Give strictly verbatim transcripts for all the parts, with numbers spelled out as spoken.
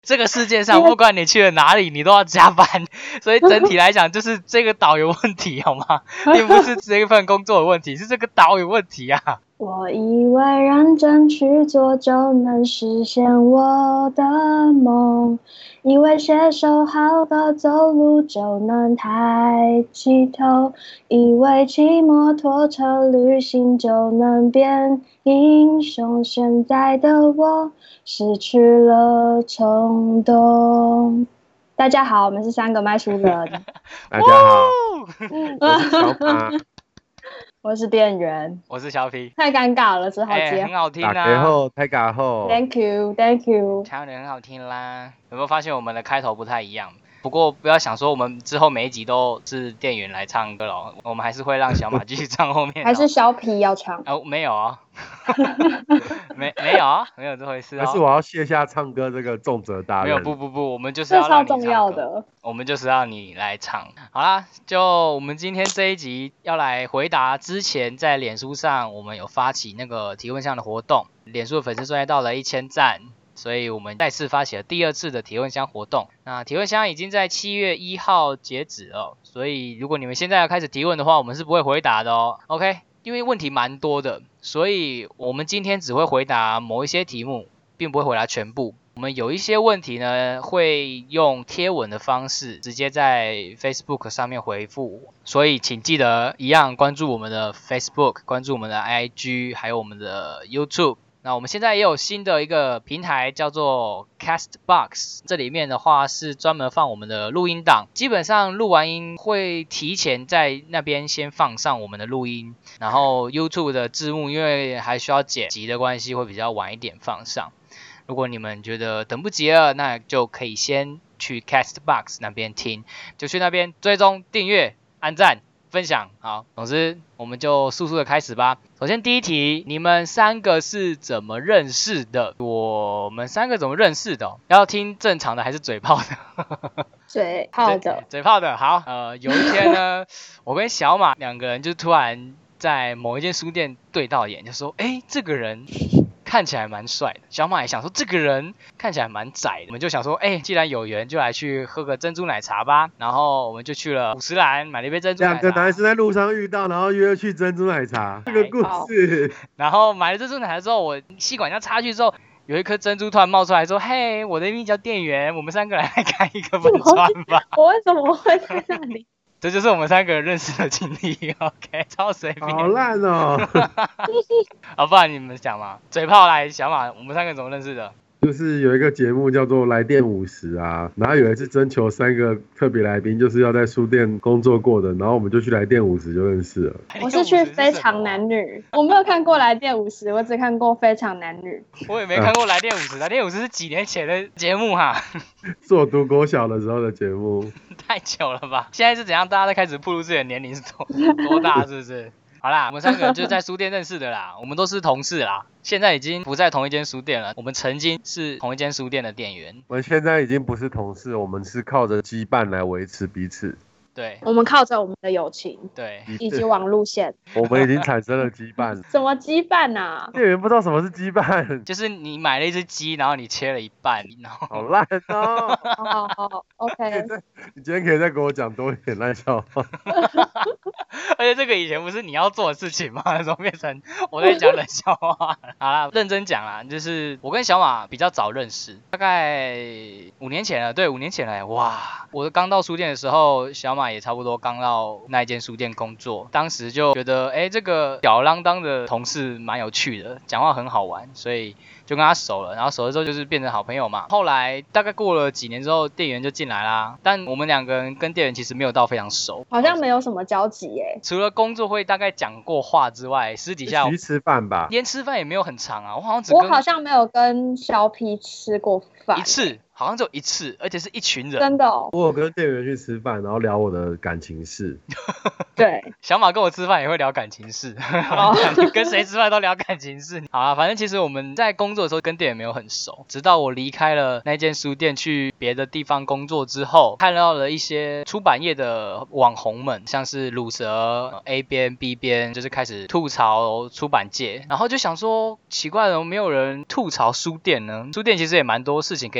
这个世界上不管你去了哪里，你都要加班，所以整体来讲就是这个岛有问题，好吗？并不是这份工作有问题，是这个岛有问题啊。 我以为认真去做就能实现我的梦，以为写首好歌走路就能抬起头，以为骑摩托车旅行就能变英雄，现在的我失去了冲动。大家好，我们是三个麦书人。 大家好，我是小马。 我是店员， 我是小皮。 太尴尬了，只好接。 欸、很好听啊！ 打开后，太尬后。 Thank you, Thank you。 唱的很好听啦。有没有发现我们的开头不太一样？不过不要想说我们之后每一集都是店员来唱歌了，我们还是会让小马继续唱后面。 还是小皮要唱？ 哦，没有啊、哦，没没有啊，没有这回事哦。 还是我要卸下唱歌这个重责大任？ 没有，不不不，我们就是要让你唱歌。 这超重要的。 我们就是要你来唱。好啦，就我们今天这一集要来回答之前在脸书上我们有发起那个提问箱的活动，脸书的粉丝专页到了一千赞。所以我们再次发起了第二次的提问箱活动。那提问箱已经在七月一号截止了，所以如果你们现在要开始提问的话，我们是不会回答的哦。OK， 因为问题蛮多的，所以我们今天只会回答某一些题目，并不会回答全部。我们有一些问题呢，会用贴文的方式直接在 Facebook 上面回复，所以请记得一样关注我们的 Facebook， 关注我们的 I G， 还有我们的 YouTube。那我们现在也有新的一个平台叫做 Castbox， 这里面的话是专门放我们的录音档，基本上录完音会提前在那边先放上我们的录音，然后 YouTube 的字幕因为还需要剪辑的关系会比较晚一点放上。如果你们觉得等不及了，那就可以先去 Castbox 那边听，就去那边追踪、订阅、按赞、分享。好，总之我们就速速的开始吧。首先第一题，你们三个是怎么认识的？我们三个怎么认识的、哦？要听正常的还是嘴炮的？ 嘴炮的。 嘴, 嘴炮的。好，呃，有一天呢，我跟小马两个人就突然在某一间书店对到眼，就说：“哎，这个人看起来蛮帅的。”小马也想说这个人看起来蛮窄的，我们就想说，哎、欸，既然有缘，就来去喝个珍珠奶茶吧。然后我们就去了五十岚买了一杯珍珠奶茶。 两个男生在路上遇到，然后约去珍珠奶茶，这个故事。 然后买了珍珠奶茶之后，我吸管这样插去之后，有一颗珍珠突然冒出来说：“嘿，我的名叫店员，我们三个来开一个粉专吧。” 我为什么会在那里？ 这就是我们三个认识的经历 ，OK， 超随便。 好烂哦！ 好，不然你们讲嘛，嘴炮来，小马，我们三个怎么认识的？ 就是有一个节目叫做来电五十啊，然后有一次征求三个特别来宾，就是要在书店工作过的，然后我们就去来电五十就认识了。 我是去非常男女，我没有看过来电五十，我只看过非常男女。 我也没看过来电五十，来电五十是几年前的节目哈， 是我读国小的时候的节目。 太久了吧？现在是怎样？大家在开始暴露自己的年龄是多多大？是不是？好啦，我们三个人就是在书店认识的啦，我们都是同事啦，现在已经不在同一间书店了，我们曾经是同一间书店的店员。 我们现在已经不是同事，我们是靠着羁绊来维持彼此。 对， 我们靠着我们的友情， 对， 以及网路线， 我们已经产生了羁绊。 什么羁绊啊？ 店员不知道什么是羁绊， 就是你买了一只鸡，然后你切了一半，然后好烂哦。 好好好 ，OK。 你今天可以再给我讲多一点烂笑话。 而且这个以前不是你要做的事情吗？怎么变成我在讲冷笑话？好啦，认真讲啦，就是我跟小马比较早认识，大概五年前了，对，五年前了，哇！我刚到书店的时候，小马也差不多刚到那一间书店工作，当时就觉得，哎，这个吊儿郎当的同事蛮有趣的，讲话很好玩，所以就跟他熟了，然后熟了之后就是变成好朋友嘛。后来大概过了几年之后，店员就进来啦，但我们两个人跟店员其实没有到非常熟， 好像没有什么交集耶。 除了工作会大概讲过话之外，私底下去吃饭吧， 连吃饭也没有很长啊。我好像只跟我好像没有跟小 P 吃过饭一次，好像只有一次，而且是一群人。 真的哦。 我有跟店员去吃饭，然后聊我的感情事。 对， 小马跟我吃饭也会聊感情事，跟谁吃饭都聊感情事。好啊，反正其实我们在工作的时候跟店员没有很熟，直到我离开了那间书店去别的地方工作之后，看到了一些出版业的网红们，像是鲁蛇 A 边 B 边，就是开始吐槽出版界，然后就想说奇怪了，没有人吐槽书店呢？书店其实也蛮多事情可以讲，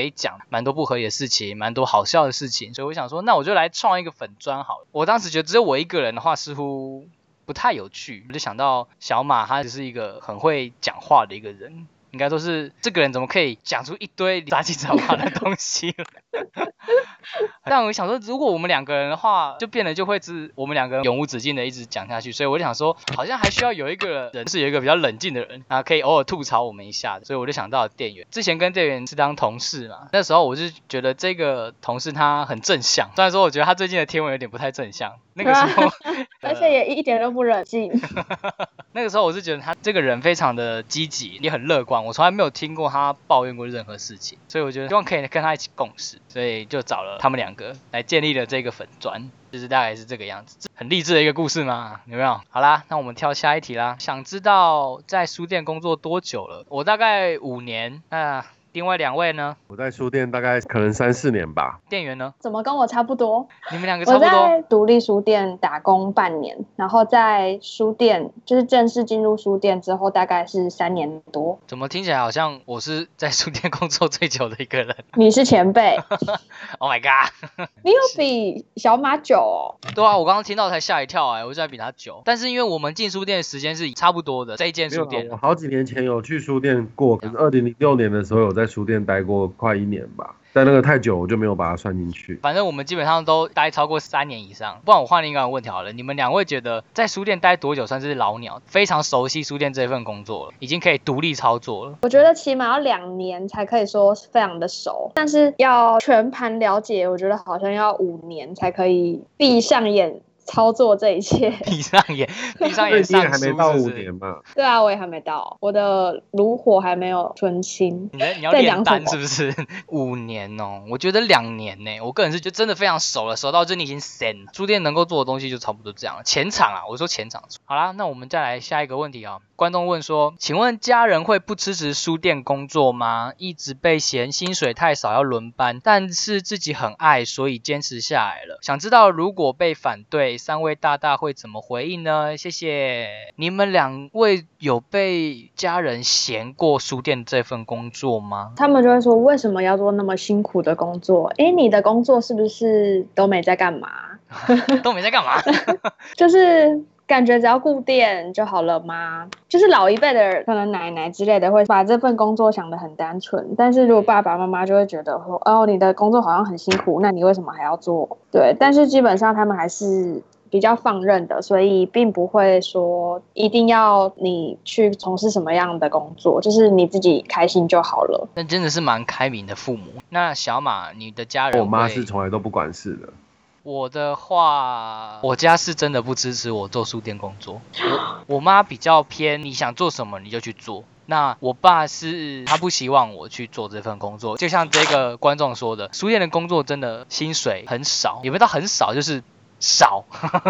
蛮多不合理的事情，蛮多好笑的事情，所以我想说那我就来创一个粉专好了。我当时觉得只有我一个人的话似乎不太有趣，我就想到小马他只是一个很会讲话的一个人，应该都是这个人怎么可以讲出一堆杂七杂八的东西但我想说如果我们两个人的话就变得就会是我们两个人永无止境的一直讲下去，所以我就想说好像还需要有一个人是有一个比较冷静的人啊，可以偶尔吐槽我们一下的，所以我就想到了店员。之前跟店员是当同事嘛，那时候我就觉得这个同事他很正向，虽然说我觉得他最近的贴文有点不太正向，那个时候而且也一点都不冷静那个时候我是觉得他这个人非常的积极也很乐观，我从来没有听过他抱怨过任何事情，所以我觉得希望可以跟他一起共事，所以就找了他们两个来建立了这个粉专，就是大概是这个样子，很励志的一个故事嘛，有没有？好啦，那我们跳下一题啦。想知道在书店工作多久了？我大概五年。那另外两位呢？ 我在书店大概可能三四年吧。 店员呢？ 怎么跟我差不多？ 你们两个差不多。 我在独立书店打工半年，然后在书店就是正式进入书店之后大概是三年多。 怎么听起来好像我是在书店工作最久的一个人？ 你是前辈 Oh my god 你有比小马久哦。 对啊，我刚刚听到才吓一跳哎、欸，我就在比他久。但是因为我们进书店的时间是差不多的，这一间书店。 我好几年前有去书店过，可是二零零六年的时候有在书店待过快一年吧。但那个太久，我就没有把它算进去。 反正我们基本上都待超过三年以上。不然我换另一个问题好了，你们两位觉得在书店待多久算是老鸟？非常熟悉书店这份工作了，已经可以独立操作了。 我觉得起码要两年才可以说非常的熟，但是要全盘了解，我觉得好像要五年才可以闭上眼操作这一切。 闭上眼，闭上眼上书是不是？ 你也还没到五年嘛？ 对啊，我也还没到，我的炉火还没有纯青。 你你要炼丹是不是？五年哦，我觉得两年呢。我个人是觉得真的非常熟了，熟到就你已经神。书店能够做的东西就差不多这样了。前场啊，我说前场。好啦，那我们再来下一个问题啊。观众问说，请问家人会不支持书店工作吗？一直被嫌薪水太少要轮班，但是自己很爱，所以坚持下来了。想知道如果被反对，三位大大会怎么回应呢？谢谢。你们两位有被家人嫌过书店这份工作吗？ 他们就会说为什么要做那么辛苦的工作？诶，你的工作是不是都没在干嘛？ 都没在干嘛？ 就是感觉只要顾店就好了吗？就是老一辈的可能奶奶之类的会把这份工作想得很单纯，但是如果爸爸妈妈就会觉得说，哦，你的工作好像很辛苦，那你为什么还要做？对，但是基本上他们还是比较放任的，所以并不会说一定要你去从事什么样的工作，就是你自己开心就好了。 那真的是蛮开明的父母。那小马，你的家人？ 我妈是从来都不管事的。 我的话，我家是真的不支持我做书店工作。我我妈比较偏，你想做什么你就去做。那我爸是他不希望我去做这份工作，就像这个观众说的，书店的工作真的薪水很少，也没到很少，就是少。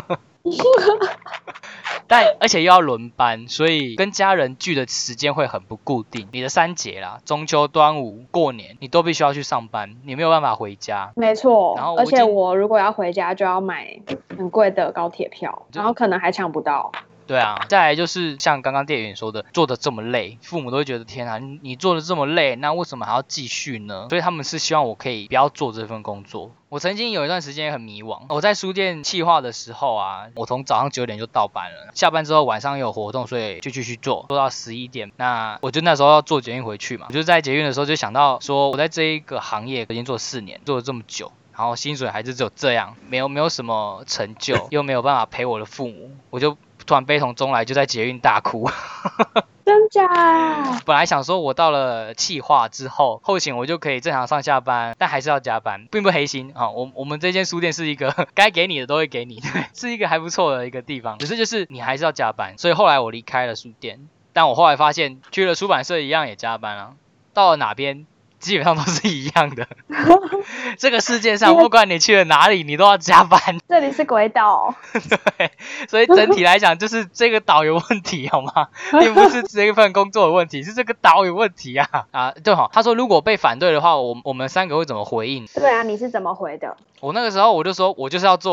但而且又要轮班，所以跟家人聚的时间会很不固定。你的三节啦，中秋、端午、过年，你都必须要去上班，你没有办法回家。 没错， 然后而且我如果要回家，就要买很贵的高铁票，然后可能还抢不到。 对啊，再来就是像刚刚店员说的，做的这么累，父母都会觉得天啊，你你做的这么累，那为什么还要继续呢？所以他们是希望我可以不要做这份工作。我曾经有一段时间很迷惘，我在书店企划的时候啊，我从早上九点就到班了，下班之后晚上有活动，所以就继续做，做到十一点。那我就那时候要坐捷运回去嘛，我就在捷运的时候就想到说，我在这一个行业已经做四年，做了这么久。然后薪水还是只有这样，没有没有什么成就，又没有办法陪我的父母，我就突然悲从中来，就在捷运大哭。 真假？ 本来想说我到了企划之后，后勤我就可以正常上下班，但还是要加班，并不黑心啊。我我们这间书店是一个该给你的都会给你，对，是一个还不错的一个地方。只是就是你还是要加班，所以后来我离开了书店，但我后来发现去了出版社一样也加班啊，到了哪边基本上都是一样的。这个世界上不管你去了哪里，你都要加班。 这里是鬼岛。 对，所以整体来讲就是这个岛有问题好吗？并不是这一份工作有问题，是这个岛有问题啊。啊，对齁，他说如果被反对的话，我我们三个会怎么回应？ 对啊，你是怎么回的？ 我那个时候我就说我就是要做啊。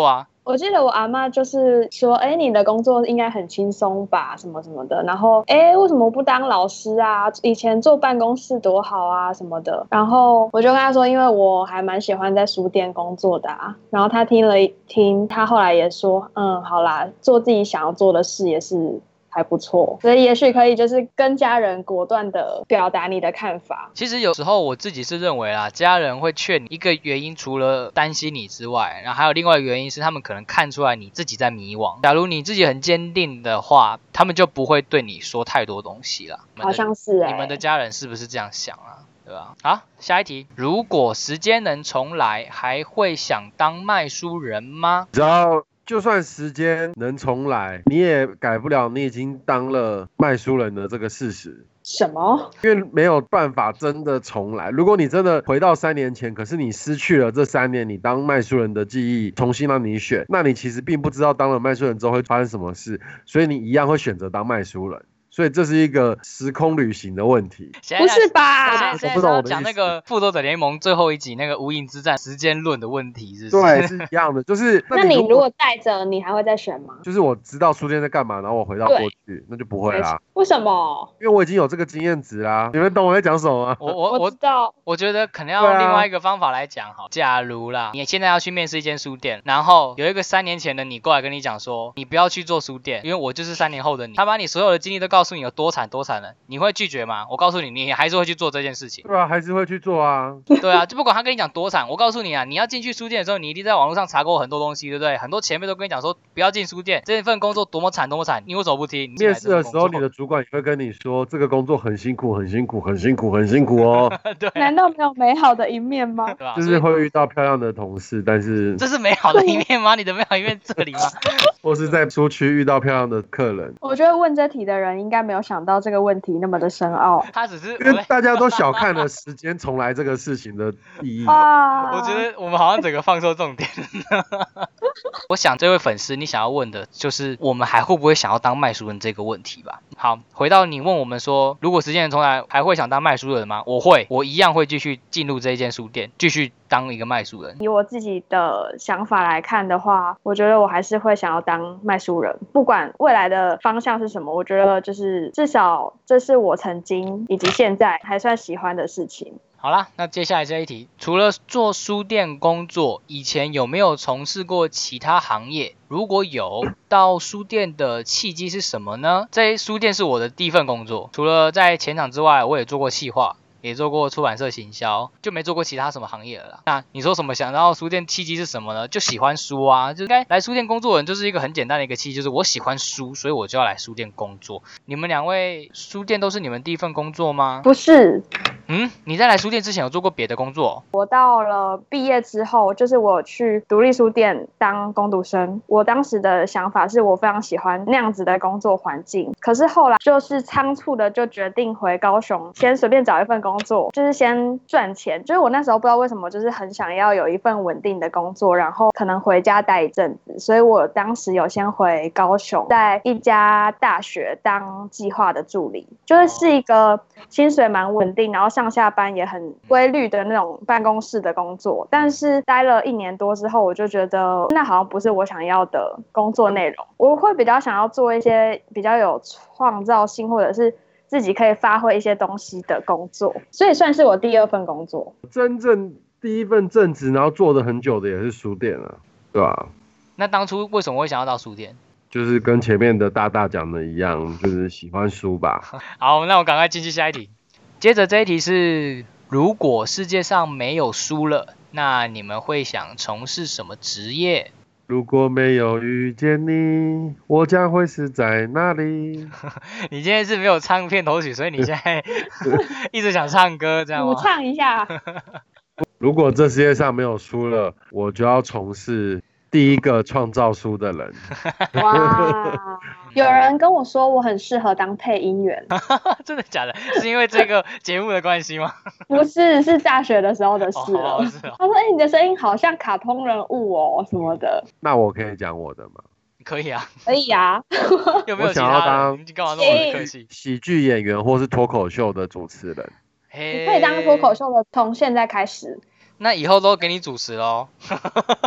我记得我阿嬷就是说，哎，你的工作应该很轻松吧，什么什么的。然后，哎，为什么不当老师啊？以前坐办公室多好啊，什么的。然后我就跟他说，因为我还蛮喜欢在书店工作的啊。然后他听了一听，他后来也说，嗯，好啦，做自己想要做的事也是还不错，所以也许可以就是跟家人果断的表达你的看法。 其实有时候我自己是认为啦，家人会劝你一个原因，除了担心你之外，然后还有另外一个原因是他们可能看出来你自己在迷惘。假如你自己很坚定的话，他们就不会对你说太多东西啦。 好像是哎、欸， 你们的家人是不是这样想啊？对吧？好，下一题，如果时间能重来，还会想当卖书人吗？ 只要就算时间能重来，你也改不了你已经当了卖书人的这个事实。 什么？ 因为没有办法真的重来。如果你真的回到三年前，可是你失去了这三年你当卖书人的记忆，重新让你选，那你其实并不知道当了卖书人之后会发生什么事，所以你一样会选择当卖书人。所以这是一个时空旅行的问题， 不是吧？ 现在现在是要讲那个复仇者联盟最后一集那个无影之战时间论的问题，是不是？ 对，是一样的。就是那你如果带着，你还会再选吗？ 就是我知道书店在干嘛，然后我回到过去，那就不会啦。 为什么？ 因为我已经有这个经验值啦。你们懂我在讲什么吗？ 我我我知道。 我觉得可能要用另外一个方法来讲好。假如啦，你现在要去面试一间书店，然后有一个三年前的你过来跟你讲说，你不要去做书店，因为我就是三年后的你。他把你所有的经历都告诉你有多惨多惨。你会拒绝吗？我告诉你，你还是会去做这件事情。 对啊，还是会去做啊。 对啊，就不管他跟你讲多惨，我告诉你啊，你要进去书店的时候，你一定在网络上查过很多东西，对不对？很多前辈都跟你讲说，不要进书店，这份工作多么惨多么惨，你为什么不听？ 面试的时候，你的主管也会跟你说，这个工作很辛苦，很辛苦，很辛苦，很辛苦哦。 对， 难道没有美好的一面吗？ 对吧？ 就是会遇到漂亮的同事，但是这是美好的一面吗？你的美好一面这里吗？ 或是在书区遇到漂亮的客人。 我觉得问这题的人应该没有想到这个问题那么的深奥。 他只是因为大家都小看了时间重来这个事情的意义。 我觉得我们好像整个放错重点。我想这位粉丝，你想要问的就是我们还会不会想要当卖书人这个问题吧？好，回到你问我们说，如果时间重来，还会想当卖书人吗？我会，我一样会继续进入这一间书店，继续当一个卖书人。 以我自己的想法来看的话，我觉得我还是会想要当卖书人，不管未来的方向是什么，我觉得就是至少这是我曾经以及现在还算喜欢的事情。 好啦，那接下来这一题，除了做书店工作，以前有没有从事过其他行业？如果有，到书店的契机是什么呢？在书店是我的第一份工作，除了在前场之外，我也做过企划，也做过出版社行销，就没做过其他什么行业了啦。那你说什么想到书店契机是什么呢？就喜欢书啊，就该来书店工作的人就是一个很简单的一个契机，就是我喜欢书，所以我就要来书店工作。你们两位书店都是你们第一份工作吗？ 不是。 嗯，你在来书店之前有做过别的工作？ 我到了毕业之后，就是我去独立书店当工读生。我当时的想法是我非常喜欢那样子的工作环境，可是后来就是仓促的就决定回高雄，先随便找一份工作，就是先赚钱。就是我那时候不知道为什么，就是很想要有一份稳定的工作，然后可能回家待一阵子，所以我当时有先回高雄，在一家大学当计划的助理，就是是一个薪水蛮稳定，然后上下班也很规律的那种办公室的工作。但是待了一年多之后，我就觉得那好像不是我想要的工作内容。我会比较想要做一些比较有创造性，或者是自己可以发挥一些东西的工作，所以算是我第二份工作。 真正第一份正职，然后做的很久的也是书店啊，对吧？ 那当初为什么会想要到书店？ 就是跟前面的大大讲的一样，就是喜欢书吧。 好，那我赶快进去下一题。接着这一题是，如果世界上没有书了，那你们会想从事什么职业？ 如果没有遇见你，我将会是在哪里？ 你今天是没有唱片头曲，所以你现在一直想唱歌，这样吗？ 我唱一下。 如果这世界上没有书了，我就要从事第一个创造书的人。 哇，有人跟我说我很适合当配音员。 真的假的？是因为这个节目的关系吗？ 不是，是大学的时候的事了。 哦是哦、 他说：“哎、欸，你的声音好像卡通人物哦，什么的。” 那我可以讲我的吗？ 可以啊， 可以啊。 有没有其他的？你干嘛那么客气？ 喜剧演员或是脱口秀的主持人。 你可以当脱口秀的，从现在开始。 那以后都给你主持咯。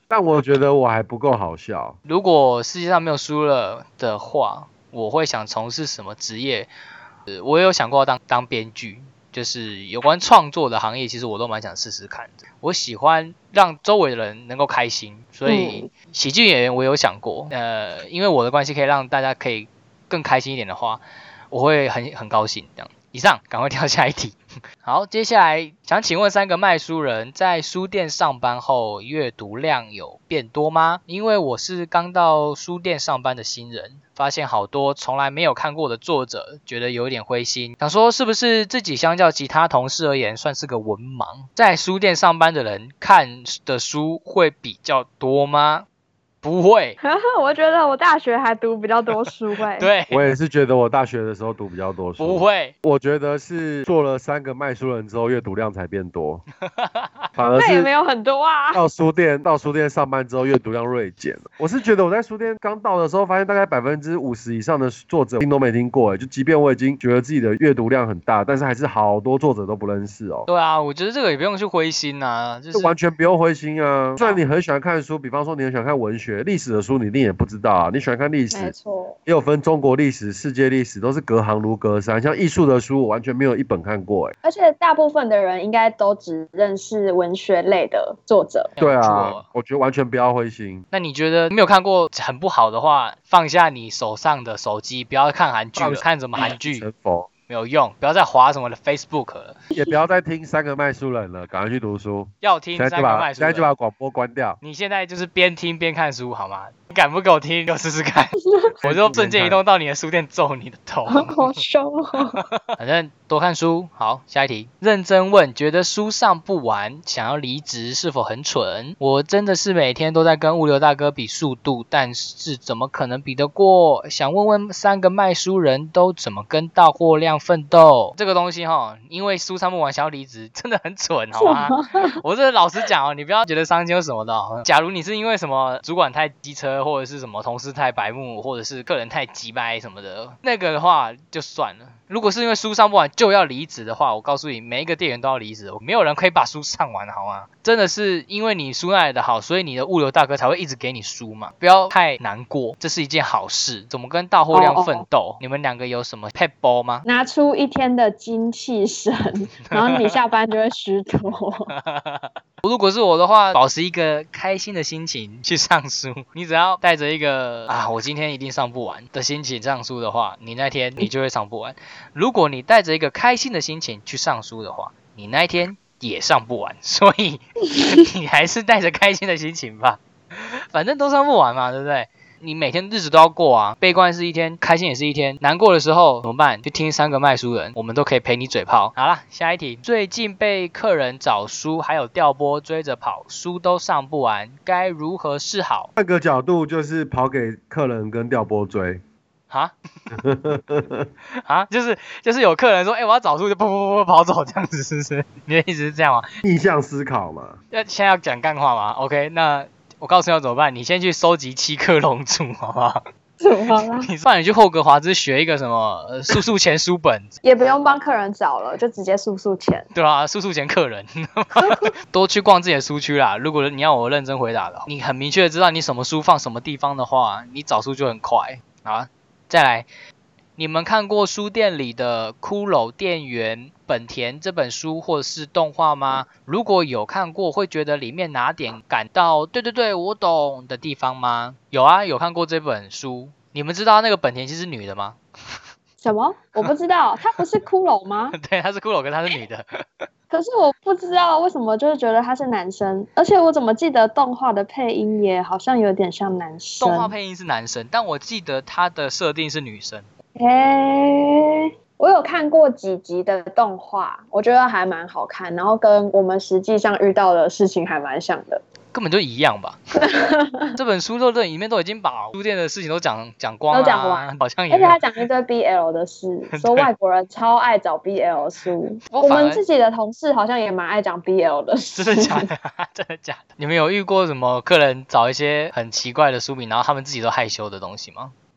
但我觉得我还不够好笑。 如果世界上没有书了的话，我会想从事什么职业？呃，我也有想过要当当编剧，就是有关创作的行业，其实我都蛮想试试看的。我喜欢让周围的人能够开心，所以喜剧演员我有想过，呃，因为我的关系可以让大家可以更开心一点的话，我会很很高兴这样。以上，赶快跳下一题。好，接下来想请问三个卖书人，在书店上班后，阅读量有变多吗？因为我是刚到书店上班的新人，发现好多从来没有看过的作者，觉得有点灰心，想说是不是自己相较其他同事而言算是个文盲？在书店上班的人看的书会比较多吗？不会。 我觉得我大学还读比较多书哎、欸。 对， 我也是觉得我大学的时候读比较多书。 不会， 我觉得是做了三个卖书人之后，阅读量才变多。反而那也没是有很多啊。 到书店到书店上班之后，阅读量锐减了。我是觉得我在书店刚到的时候，发现大概百分之五十以上的作者听都没听过，哎，就即便我已经觉得自己的阅读量很大，但是还是好多作者都不认识哦。 对啊，我觉得这个也不用去灰心啊，就是完全不用灰心啊。虽然你很喜欢看书，比方说你很喜欢看文学、历史的书，你一定也不知道啊。你喜欢看历史， 没错， 也有分中国历史、世界历史，都是隔行如隔山。像艺术的书，我完全没有一本看过，哎。 而且大部分的人应该都只认识文学类的作者。 对啊，我觉得完全不要灰心。 那你觉得没有看过很不好的话，放下你手上的手机，不要看韩剧了，看什么韩剧？ 成佛没有用，不要再滑什么的 Facebook 了， 也不要再听三个卖书人了，赶快去读书。 要听三个卖书人， 现在就把广播关掉。 你现在就是边听边看书好吗？你敢不给我听？给我试试看，我就瞬间移动到你的书店揍你的头。 好凶哦！ 反正多看书。好，下一题，认真问，觉得书上不完，想要离职是否很蠢？我真的是每天都在跟物流大哥比速度，但是怎么可能比得过？想问问三个卖书人都怎么跟到货量奋斗？这个东西哈，因为书上不完想要离职，真的很蠢，好吗？我这老实讲哦，你不要觉得伤心或什么的哦。假如你是因为什么主管太机车，或者是什么同事太白目，或者是客人太鸡掰什么的，那个的话就算了。如果是因为书上不完就要离职的话，我告诉你，每一个店员都要离职，没有人可以把书上完，好吗？真的是因为你书卖的好，所以你的物流大哥才会一直给你书嘛，不要太难过，这是一件好事。怎么跟到货量奋斗？ Oh, oh. 你们两个有什么撇步吗？ 拿出一天的精气神，然后你下班就会虚脱。 如果是我的话，保持一个开心的心情去上书。你只要带着一个啊，我今天一定上不完的心情上书的话，你那天你就会上不完。如果你带着一个开心的心情去上书的话，你那一天也上不完。所以你还是带着开心的心情吧，反正都上不完嘛，对不对？你每天日子都要过啊，悲观是一天，开心也是一天。难过的时候怎么办？就听三个卖书人，我们都可以陪你嘴炮。好了，下一题，最近被客人找书还有调拨追着跑，书都上不完，该如何是好？ 换个角度就是跑给客人跟调拨追。 啊啊，就是就是有客人说，哎、欸，我要找书就噗噗噗跑走这样子，是不是？你的意思是这样吗？ 逆向思考嘛。 要现在要讲干话吗 ？OK， 那。我告诉你要怎么办，你先去收集七颗龙珠，好不好？ 怎么了？ 你不然你去霍格华兹学一个什么呃速速前书本， 也不用帮客人找了，就直接速速前。 对啊，速速前客人，多去逛自己的书区啦。如果你要我认真回答的，你很明确的知道你什么书放什么地方的话，你找书就很快。好，再来。你们看过书店里的《骷髅店员本田》这本书或是动画吗？如果有看过，会觉得里面哪点感到对对对我懂的地方吗？有啊，有看过这本书。你们知道那个本田其实是女的吗？ 什么？我不知道，她不是骷髅吗？ 对，她是骷髅，跟她是女的。 可是我不知道为什么就是觉得他是男生，而且我怎么记得动画的配音也好像有点像男生。 动画配音是男生，但我记得他的设定是女生。 欸，我有看过几集的动画，我觉得还蛮好看，然后跟我们实际上遇到的事情还蛮像的。 根本就一样吧。这本书都里面都已经把书店的事情都讲讲光了、啊， 都讲完， 好像也。 而且他讲一堆 B L 的事，说外国人超爱找 B L 书。我, 我们自己的同事好像也蛮爱讲 B L 的事。 真的假的？真的假的？你们有遇过什么客人找一些很奇怪的书名，然后他们自己都害羞的东西吗？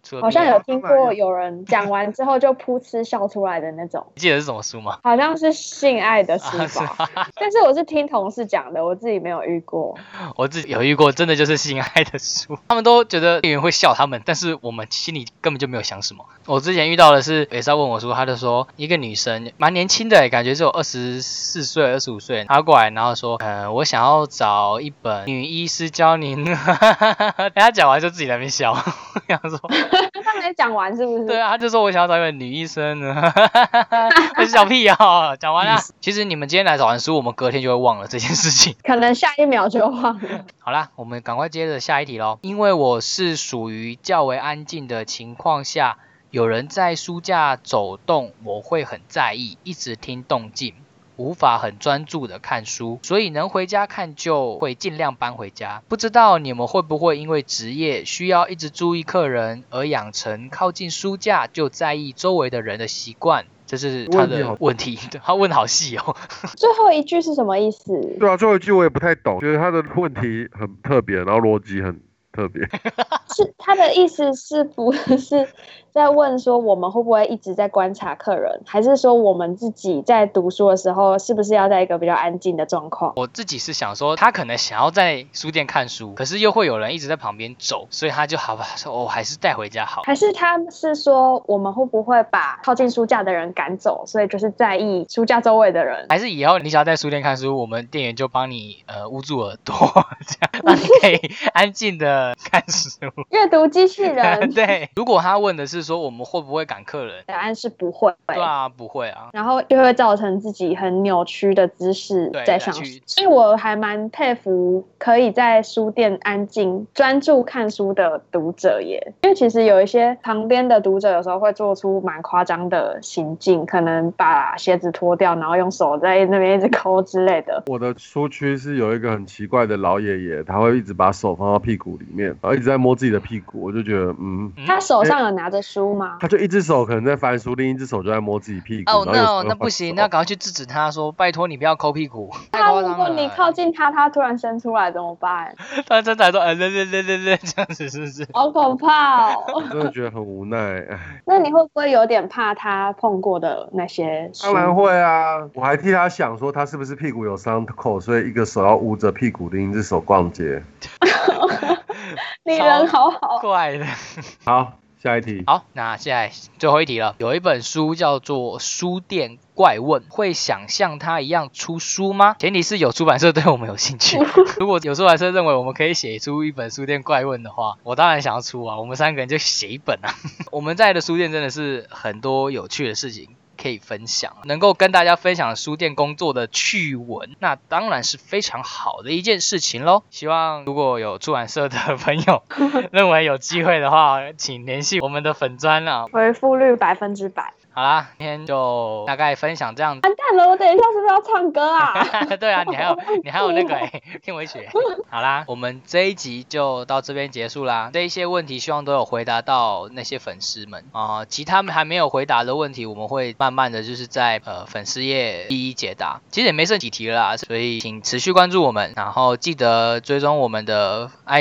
好像有听过有人讲完之后就噗嗤笑出来的那种。 你记得是什么书吗？ 好像是性爱的书吧，但是我是听同事讲的，我自己没有遇过。 我自己有遇过，真的就是性爱的书，他们都觉得店员会笑他们，但是我们心里根本就没有想什么。我之前遇到的是也是要问我说，他就说一个女生蛮年轻的，感觉只有二十四岁、二十五岁，她过来然后说，呃，我想要找一本女医师教您，他讲完就自己在那边笑，我想说， 他没讲完是不是？ 对啊，他就说我想要找一本女医生呢，那是小屁啊，讲完了。其实你们今天来找完书，我们隔天就会忘了这件事情， 可能下一秒就忘了。 好啦，我们赶快接着下一题咯。因为我是属于较为安静的情况下，有人在书架走动，我会很在意，一直听动静，无法很专注的看书，所以能回家看就会尽量搬回家。不知道你们会不会因为职业需要一直注意客人，而养成靠近书架就在意周围的人的习惯？这是他的问题，他问好细哦。 最后一句是什么意思？ 对啊，最后一句我也不太懂，觉得他的问题很特别，然后逻辑很特别。 是他的意思是不是在问说我们会不会一直在观察客人，还是说我们自己在读书的时候是不是要在一个比较安静的状况？ 我自己是想说，他可能想要在书店看书，可是又会有人一直在旁边走，所以他就好吧，说我、哦、还是带回家好。 还是他是说我们会不会把靠近书架的人赶走，所以就是在意书架周围的人？ 还是以后你想要在书店看书，我们店员就帮你呃捂住耳朵，这样让你可以安静的看书。 阅读机器人。 对，如果他问的是说我们会不会赶客人， 答案是不会。 对啊，不会啊。 然后就会造成自己很扭曲的姿势在上书，所以我还蛮佩服可以在书店安静专注看书的读者耶。因为其实有一些旁边的读者有时候会做出蛮夸张的行径，可能把鞋子脱掉，然后用手在那边一直抠之类的。 我的书区是有一个很奇怪的老爷爷，他会一直把手放到屁股里面，然后一直在摸自己的屁股，我就觉得嗯。 他手上有拿着书吗？ 他就一只手可能在翻书，另一只手就在摸自己屁股。 哦，那那不行，那赶快去制止他，说拜托你不要抠屁股。 那如果你靠近他，他突然伸出来怎么办？ 他伸出来说，呃，对对对对对，这样子是不是？ 好可怕哦！ 我真的觉得很无奈。 那你会不会有点怕他碰过的那些书？ 当然会啊！我还替他想说，他是不是屁股有伤口，所以一个手要捂着屁股，另一只手逛街。 你人好好， 怪的。 好，下一题。 好，那现在最后一题了。有一本书叫做《书店怪问》，会想像它一样出书吗？前提是有出版社对我们有兴趣。如果有出版社认为我们可以写出一本书店怪问的话，我当然想要出啊。我们三个人就写一本啊。我们在的书店真的是很多有趣的事情可以分享，能够跟大家分享书店工作的趣闻，那当然是非常好的一件事情咯。希望如果有出版社的朋友认为有机会的话，请联系我们的粉专啊， 回复率百分之百。 好啦，今天就大概分享这样子。 完蛋了，我等一下是不是要唱歌啊？ 对啊，你还有你还有那个哎片尾曲。好啦，我们这一集就到这边结束啦。这一些问题希望都有回答到那些粉丝们啊、呃，其他还没有回答的问题，我们会慢慢的就是在呃粉丝页一一解答。其实也没剩几题了啦，所以请持续关注我们，然后记得追踪我们的 I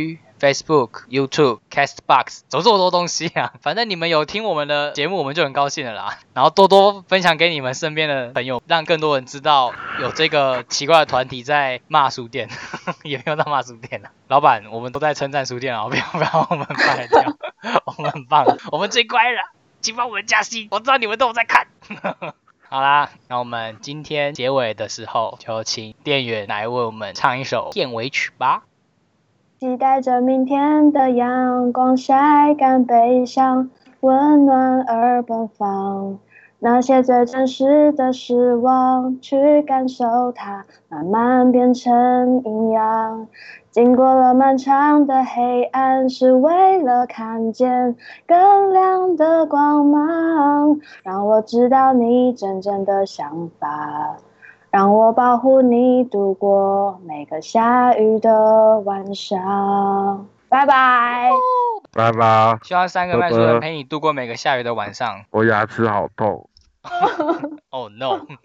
G。Facebook、YouTube、Castbox， 怎么这么多东西啊？反正你们有听我们的节目，我们就很高兴了啦。然后多多分享给你们身边的朋友，让更多人知道有这个奇怪的团体在骂书店，也没有在骂书店啊。老板，我们都在称赞书店啊，不要不要我们坏掉，我们很棒，我们最乖了，请帮我们加薪，我知道你们都有在看。好啦，那我们今天结尾的时候，就请店员来为我们唱一首片尾曲吧。 期待着明天的阳光晒干悲伤，温暖而奔放，那些最真实的失望，去感受它，慢慢变成营养。经过了漫长的黑暗，是为了看见更亮的光芒，让我知道你真正的想法，让我保护你度过每个下雨的晚上。拜拜， 拜拜。 希望三个麦书人陪你度过每个下雨的晚上。 我牙齿好痛。 Oh no